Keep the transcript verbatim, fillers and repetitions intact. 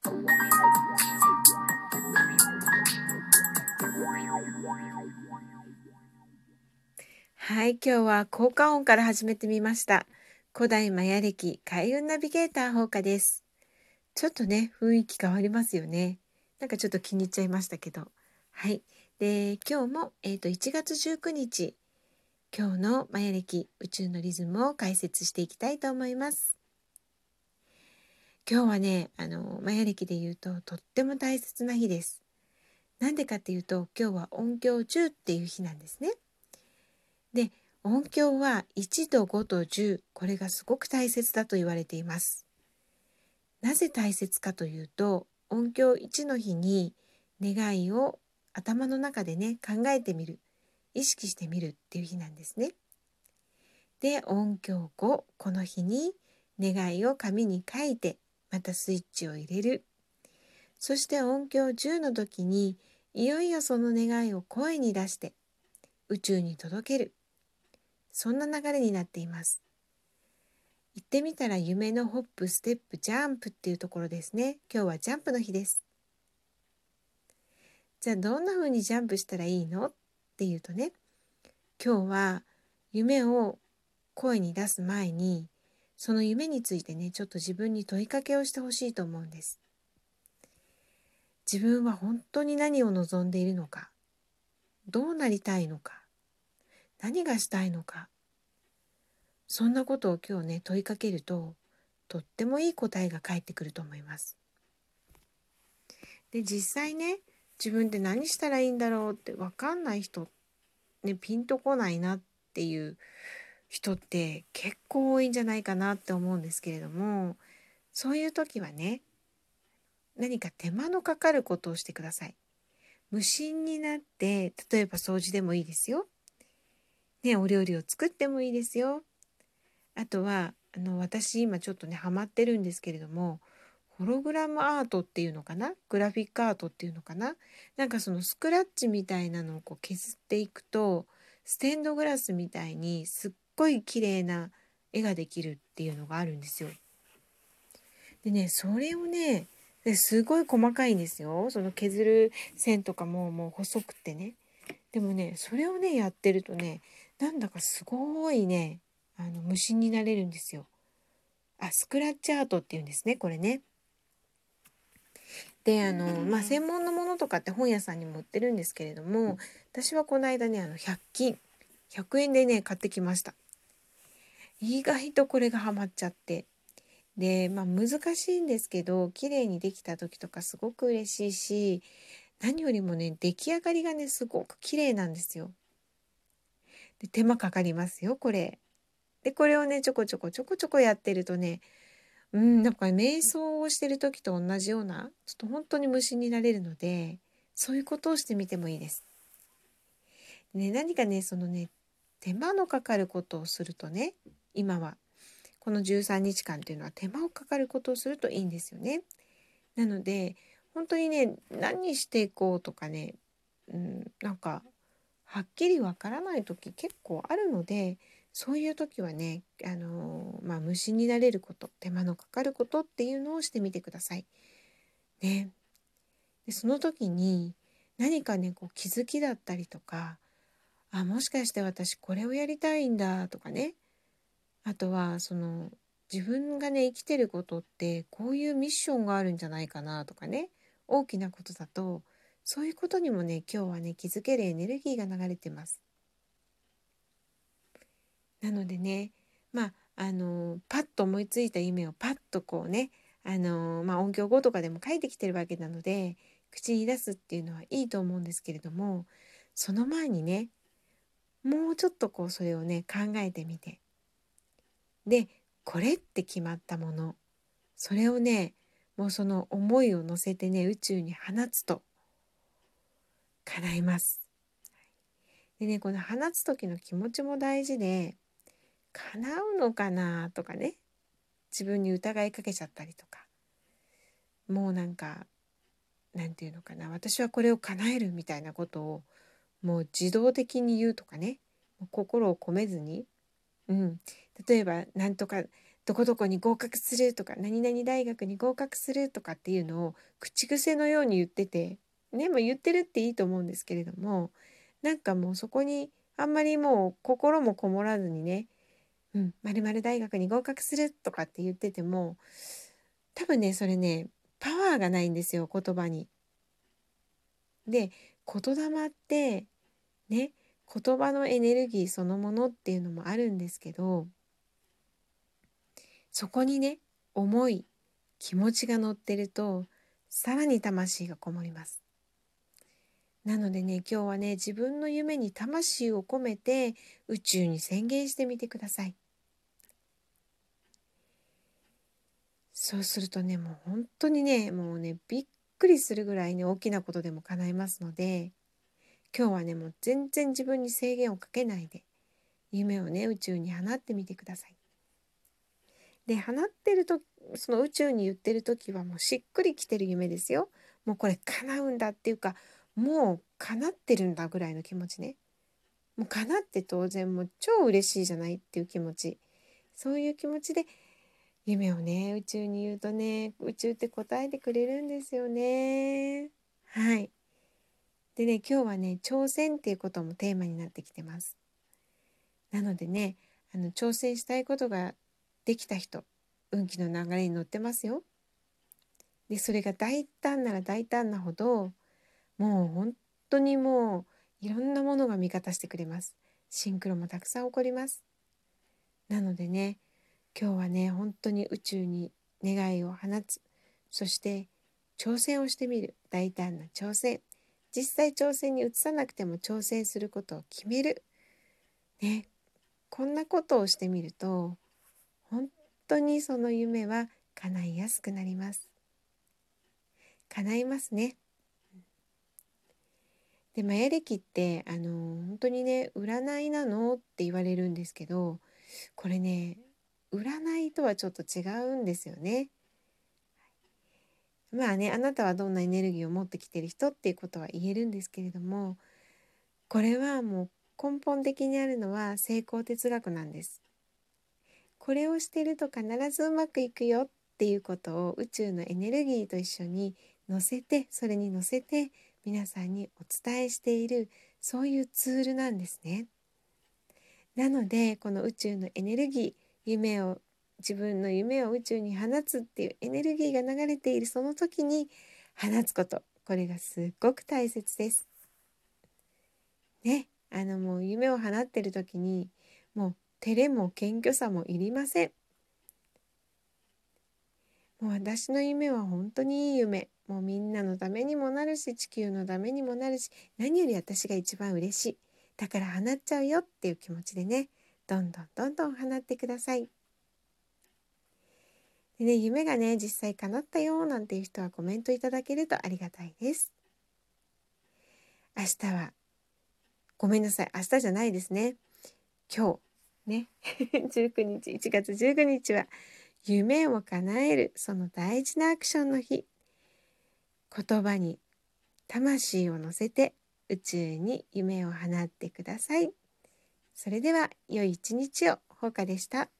はい、今日は効果音から始めてみました。古代マヤ暦開運ナビゲーターほうかです。ちょっとね、雰囲気変わりますよね。なんかちょっと気に入っちゃいましたけど。はい。で、今日も、えーと、いちがつじゅうくにち、今日のマヤ暦宇宙のリズムを解説していきたいと思います。今日はね、あの、マヤ暦で言うととっても大切な日です。なんでかっていうと、今日は音響じゅうっていう日なんですね。で、音響はいちとごとじゅう、これがすごく大切だと言われています。なぜ大切かというと、音響いちの日に願いを頭の中でね、考えてみる、意識してみるっていう日なんですね。で、音響ご、この日に願いを紙に書いて、またスイッチを入れる。そして音響じゅうの時に、いよいよその願いを声に出して宇宙に届ける。そんな流れになっています。言ってみたら夢のホップ、ステップ、ジャンプっていうところですね。今日はジャンプの日です。じゃあどんな風にジャンプしたらいいのっていうとね、今日は夢を声に出す前に、その夢についてね、ちょっと自分に問いかけをしてほしいと思うんです。自分は本当に何を望んでいるのか、どうなりたいのか、何がしたいのか、そんなことを今日ね、問いかけると、とってもいい答えが返ってくると思います。で、実際ね、自分で何したらいいんだろうって分かんない人、ね、ピンとこないなっていう人って結構多いんじゃないかなって思うんですけれども、そういう時はね、何か手間のかかることをしてください。無心になって、例えば掃除でもいいですよ。ね、お料理を作ってもいいですよ。あとは、あの、私今ちょっとね、ハマってるんですけれども、ホログラムアートっていうのかな、グラフィックアートっていうのかな、なんかそのスクラッチみたいなのをこう削っていくと、ステンドグラスみたいにすっごい綺麗な絵ができるっていうのがあるんですよ。でね、それをね、ですごい細かいんですよ。その削る線とかももう細くてね。でもね、それをね、やってるとね、なんだかすごいね、あの無心になれるんですよ。あ、スクラッチアートっていうんですね、これね。で、あの、まあ、専門のものとかって本屋さんにも売ってるんですけれども、私はこの間ね、あのひゃく均、ひゃくえんでね、買ってきました。意外とこれがハマっちゃって。で、まあ難しいんですけど、綺麗にできた時とかすごく嬉しいし、何よりもね、出来上がりがね、すごく綺麗なんですよ。で、手間かかりますよ、これ。で、これをね、ちょこちょこちょこちょこやってるとね、うん、なんか瞑想をしてる時と同じような、ちょっと本当に無心になれるので、そういうことをしてみてもいいです。ね、何かね、そのね、手間のかかることをするとね、今は、このじゅうさんにちかんっていうのは手間をかかることをするといいんですよね。なので、本当にね、何していこうとかね、うん、なんか、はっきりわからない時結構あるので、そういう時はね、あのーまあ、無心になれること、手間のかかることっていうのをしてみてください。ね。で、その時に何かね、こう気づきだったりとか、あ、もしかして私これをやりたいんだとかね。あとは、その、自分がね、生きてることってこういうミッションがあるんじゃないかなとかね。大きなことだと、そういうことにもね、今日はね、気づけるエネルギーが流れてます。なのでね、まあ、あの、パッと思いついた夢をパッとこうね、あの、まあ、音響語とかでも書いてきてるわけなので、口に出すっていうのはいいと思うんですけれども、その前にね、もうちょっとこうそれをね、考えてみて。で、これって決まったもの、それをね、もうその思いを乗せてね、宇宙に放つと叶います。でね、この放つ時の気持ちも大事で、叶うのかなとかね、自分に疑いかけちゃったりとか、もうなんか、なんていうのかな、私はこれを叶えるみたいなことをもう自動的に言うとかね、心を込めずに、うん、例えばなんとかどこどこに合格するとか何々大学に合格するとかっていうのを口癖のように言っててね、もう言ってるっていいと思うんですけれども、なんかもうそこにあんまりもう心もこもらずにね、うん、〇〇大学に合格するとかって言ってても、多分ねそれねパワーがないんですよ、言葉に。で、言霊ってね、言葉のエネルギーそのものっていうのもあるんですけど、そこにね思い気持ちが乗ってるとさらに魂がこもります。なのでね、今日はね自分の夢に魂を込めて宇宙に宣言してみてください。そうするとね、もう本当にね、もうねびっくりするぐらいね大きなことでも叶いますので、今日はねもう全然自分に制限をかけないで夢をね宇宙に放ってみてください。で、放ってると、その宇宙に言ってる時はもうしっくりきてる夢ですよ。もうこれ叶うんだっていうか、もう叶ってるんだぐらいの気持ちね。もう叶って当然もう超嬉しいじゃないっていう気持ち。そういう気持ちで夢をね宇宙に言うとね、宇宙って答えてくれるんですよね。はい。でね、今日はね挑戦っていうこともテーマになってきてます。なのでね、あの挑戦したいことができた人、運気の流れに乗ってますよ。で、それが大胆なら大胆なほど、もう本当にもういろんなものが味方してくれます。シンクロもたくさん起こります。なのでね、今日はね本当に宇宙に願いを放つ、そして挑戦をしてみる、大胆な挑戦、実際挑戦に移さなくても挑戦することを決めるね、こんなことをしてみると本当にその夢は叶いやすくなります。叶いますね。で、マヤ暦ってあの本当にね占いなのって言われるんですけど、これね占いとはちょっと違うんですよね。まあね、あなたはどんなエネルギーを持ってきてる人っていうことは言えるんですけれども、これはもう根本的にあるのは成功哲学なんです。これをしてると必ずうまくいくよっていうことを宇宙のエネルギーと一緒に乗せて、それに乗せて皆さんにお伝えしている、そういうツールなんですね。なのでこの宇宙のエネルギー、夢を自分の夢を宇宙に放つっていうエネルギーが流れているその時に放つこと、これがすっごく大切ですね。あのもう夢を放ってる時にもう照れも謙虚さもいりません。もう私の夢は本当にいい夢、もうみんなのためにもなるし地球のためにもなるし、何より私が一番嬉しい、だから放っちゃうよっていう気持ちでね、どんどんどんどん放ってください。でね、夢がね実際叶ったよなんていう人はコメントいただけるとありがたいです。明日はごめんなさい、明日じゃないですね、今日ねじゅうくにちいちがつじゅうくにちは夢を叶えるその大事なアクションの日。言葉に魂を乗せて宇宙に夢を放ってください。それでは良い一日を。ほうかでした。